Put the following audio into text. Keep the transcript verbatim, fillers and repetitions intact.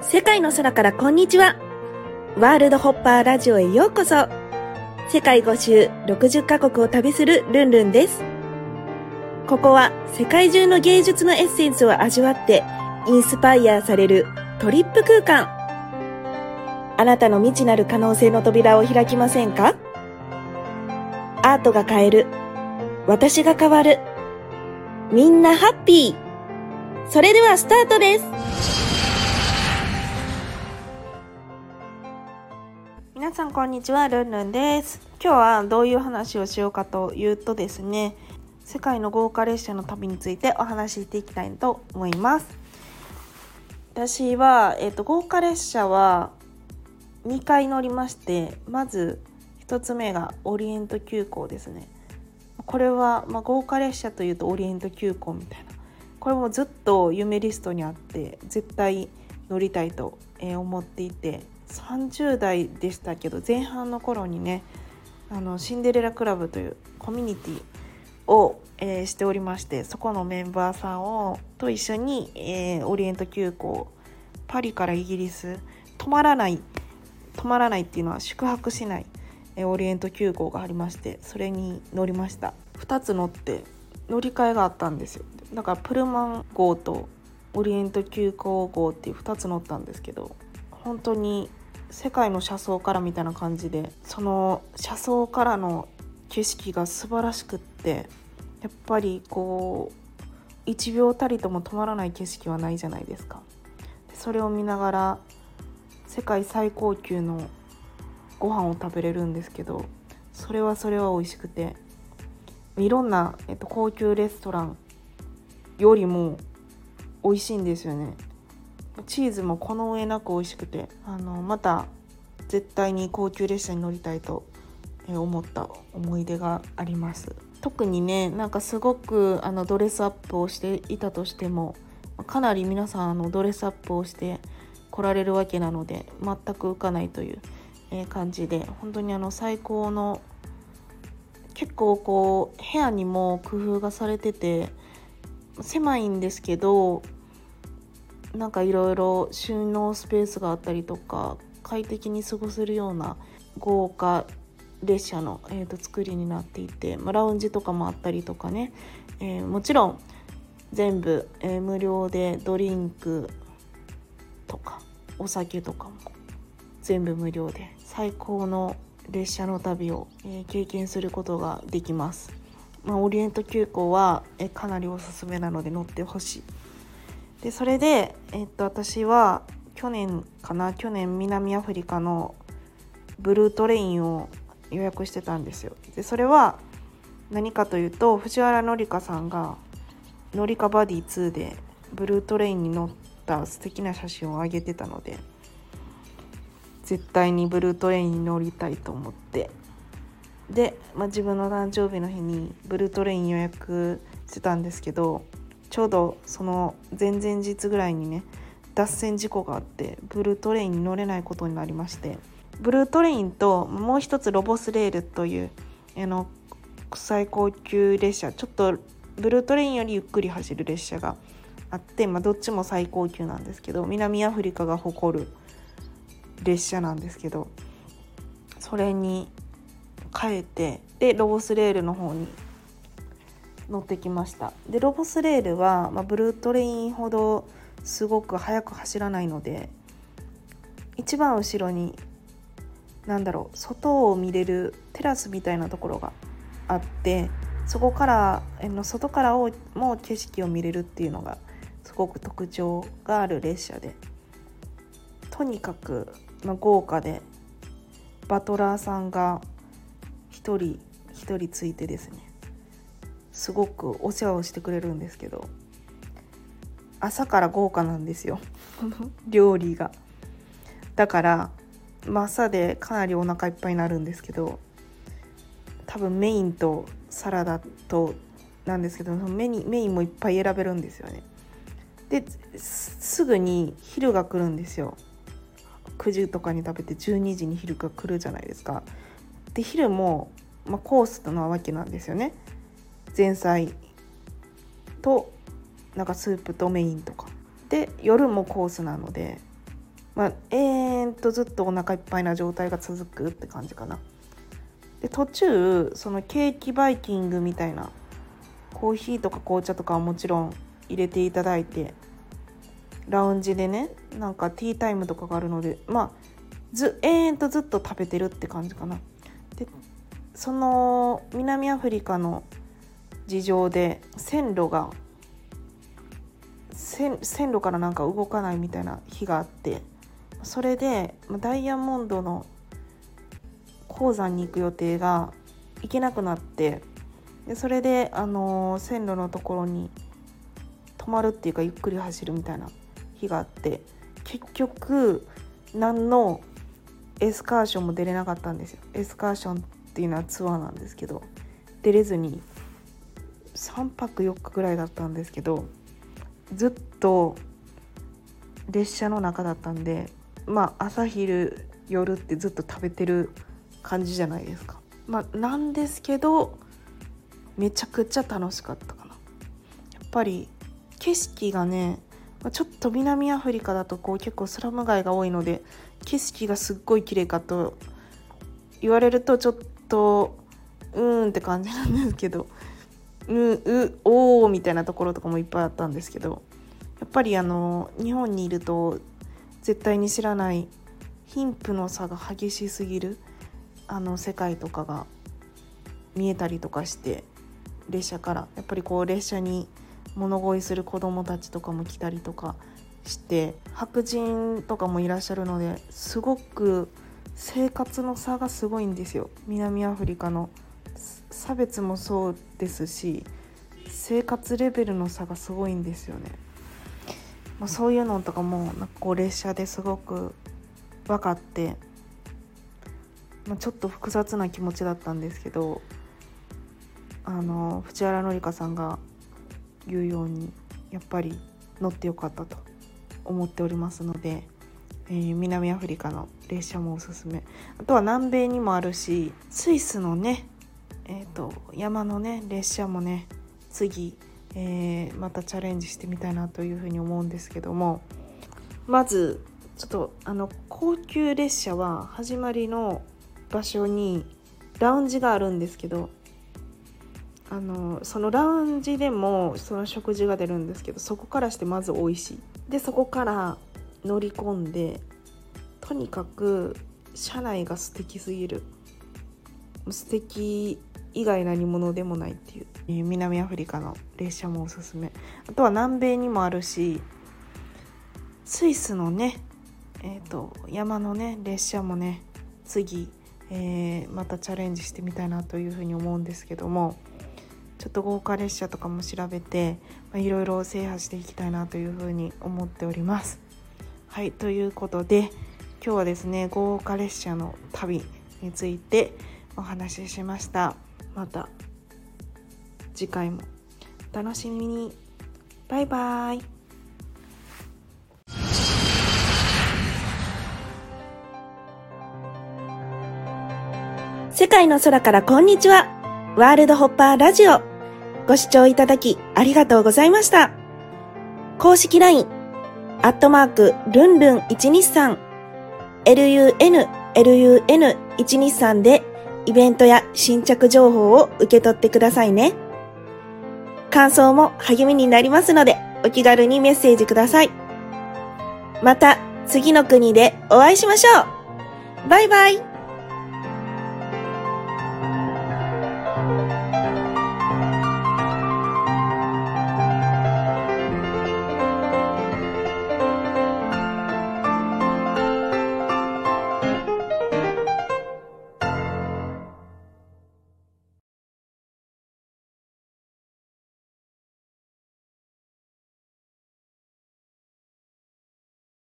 世界の空からこんにちは。ワールドホッパーラジオへようこそ。世界ご周ろくじゅっカ国を旅するルンルンです。ここは世界中の芸術のエッセンスを味わってインスパイアされるトリップ空間。あなたの未知なる可能性の扉を開きませんか？アートが変える。私が変わる。みんなハッピー。それではスタートです。皆さんこんにちは、ルンルンです。今日はどういう話をしようかというとですね、世界の豪華列車の旅についてお話ししていきたいと思います。私は、えーと、豪華列車はにかい乗りまして、まずひとつめがオリエント急行ですね。これは、まあ、豪華列車というとオリエント急行みたいな、これもずっと夢リストにあって絶対乗りたいと思っていて、さんじゅう代でしたけど前半の頃にね、あのシンデレラクラブというコミュニティを、えー、しておりまして、そこのメンバーさんをと一緒に、えー、オリエント急行、パリからイギリス、止まらない止まらないっていうのは宿泊しない、えー、オリエント急行がありまして、それに乗りました。ふたつ乗って乗り換えがあったんですよ。だからプルマン号とオリエント急行号っていうふたつ乗ったんですけど、本当に世界の車窓からみたいな感じで、その車窓からの景色が素晴らしくって、やっぱりこういちびょうたりとも止まらない景色はないじゃないですか。それを見ながら世界最高級のご飯を食べれるんですけど、それはそれは美味しくて、いろんな、えっと、高級レストランよりも美味しいんですよね。チーズもこの上なく美味しくて、あのまた絶対に高級列車に乗りたいと思った思い出があります。特にね、なんかすごくあのドレスアップをしていたとしても、かなり皆さんあのドレスアップをして来られるわけなので、全く浮かないという感じで、本当にあの最高の、結構こう部屋にも工夫がされてて、狭いんですけど、なんかいろいろ収納スペースがあったりとか、快適に過ごせるような豪華列車の、えー、と作りになっていて、まあ、ラウンジとかもあったりとかね、えー、もちろん全部、えー、無料でドリンクとかお酒とかも全部無料で、最高の列車の旅を、えー、経験することができます。まあ、オリエント急行は、えー、かなりおすすめなので乗ってほしい。でそれで、えっと、私は去年かな去年南アフリカのブルートレインを予約してたんですよ。でそれは何かというと、藤原紀香さんがノリカバディツーでブルートレインに乗った素敵な写真を上げてたので、絶対にブルートレインに乗りたいと思って、で、まあ、自分の誕生日の日にブルートレイン予約してたんですけど、ちょうどその前々日ぐらいにね、脱線事故があってブルートレインに乗れないことになりまして、ブルートレインともう一つロボスレールというあの最高級列車、ちょっとブルートレインよりゆっくり走る列車があって、まあ、どっちも最高級なんですけど、南アフリカが誇る列車なんですけど、それに変えて、でロボスレールの方に乗ってきました。でロボスレールは、まあ、ブルートレインほどすごく速く走らないので、一番後ろになんだろう外を見れるテラスみたいなところがあって、そこからの外からをもう景色を見れるっていうのがすごく特徴がある列車で、とにかく、まあ、豪華で、バトラーさんが一人一人ついてですね、すごくお世話をしてくれるんですけど、朝から豪華なんですよ料理が。だから朝でかなりお腹いっぱいになるんですけど、多分メインとサラダとなんですけど、メニメインもいっぱい選べるんですよね。ですぐに昼が来るんですよ。くじとかに食べてじゅうにじに昼が来るじゃないですか。で昼も、まあ、コースなわけなんですよね。前菜となんかスープとメインとかで、夜もコースなので、 まあ、永遠とずっとお腹いっぱいな状態が続くって感じかな。で途中そのケーキバイキングみたいなコーヒーとか紅茶とかはもちろん入れていただいて、ラウンジでねなんかティータイムとかがあるので、まあず永遠とずっと食べてるって感じかな。でその南アフリカの事情で線路が線, 線路からなんか動かないみたいな日があって、それでダイヤモンドの鉱山に行く予定が行けなくなって、でそれで、あのー、線路のところに止まるっていうかゆっくり走るみたいな日があって、結局何のエスカーションも出れなかったんですよ。エスカーションっていうのはツアーなんですけど、出れずにさんぱくよっかぐらいだったんですけど、ずっと列車の中だったんで、まあ朝昼夜ってずっと食べてる感じじゃないですか。まあなんですけどめちゃくちゃ楽しかったかな。やっぱり景色がね、ちょっと南アフリカだとこう結構スラム街が多いので景色がすっごい綺麗かと言われるとちょっとうーんって感じなんですけど、ううおーみたいなところとかもいっぱいあったんですけど、やっぱりあの日本にいると絶対に知らない貧富の差が激しすぎるあの世界とかが見えたりとかして、列車からやっぱりこう列車に物乞いする子どもたちとかも来たりとかして、白人とかもいらっしゃるので、すごく生活の差がすごいんですよ。南アフリカの差別もそうですし、生活レベルの差がすごいんですよね。まあ、そういうのとかもなんかこう列車ですごく分かって、まあ、ちょっと複雑な気持ちだったんですけど、あの藤原紀香さんが言うようにやっぱり乗ってよかったと思っておりますので、えー、南アフリカの列車もおすすめ。あとは南米にもあるし、スイスのね、えーと、山のね列車もね次、えー、またチャレンジしてみたいなというふうに思うんですけども、まずちょっとあの高級列車は始まりの場所にラウンジがあるんですけど、あのそのラウンジでもその食事が出るんですけど、そこからしてまず美味しい。でそこから乗り込んで、とにかく車内が素敵すぎる、素敵以外何者でもないっていう、えー、南アフリカの列車もおすすめ。あとは南米にもあるし、スイスのね、えーと、山のね列車もね次、えー、またチャレンジしてみたいなというふうに思うんですけども、ちょっと豪華列車とかも調べて、まあ、いろいろ制覇していきたいなというふうに思っております。はい、ということで今日はですね豪華列車の旅についてお話ししました。また次回もお楽しみに。バイバイ。世界の空からこんにちは。ワールドホッパーラジオ。ご視聴いただきありがとうございました。公式 ライン、アットマーク、ルンルンいちにさん、エルユーエヌエルユーエヌいちにさん でイベントや新着情報を受け取ってくださいね。感想も励みになりますので、お気軽にメッセージください。また次の国でお会いしましょう。バイバイ。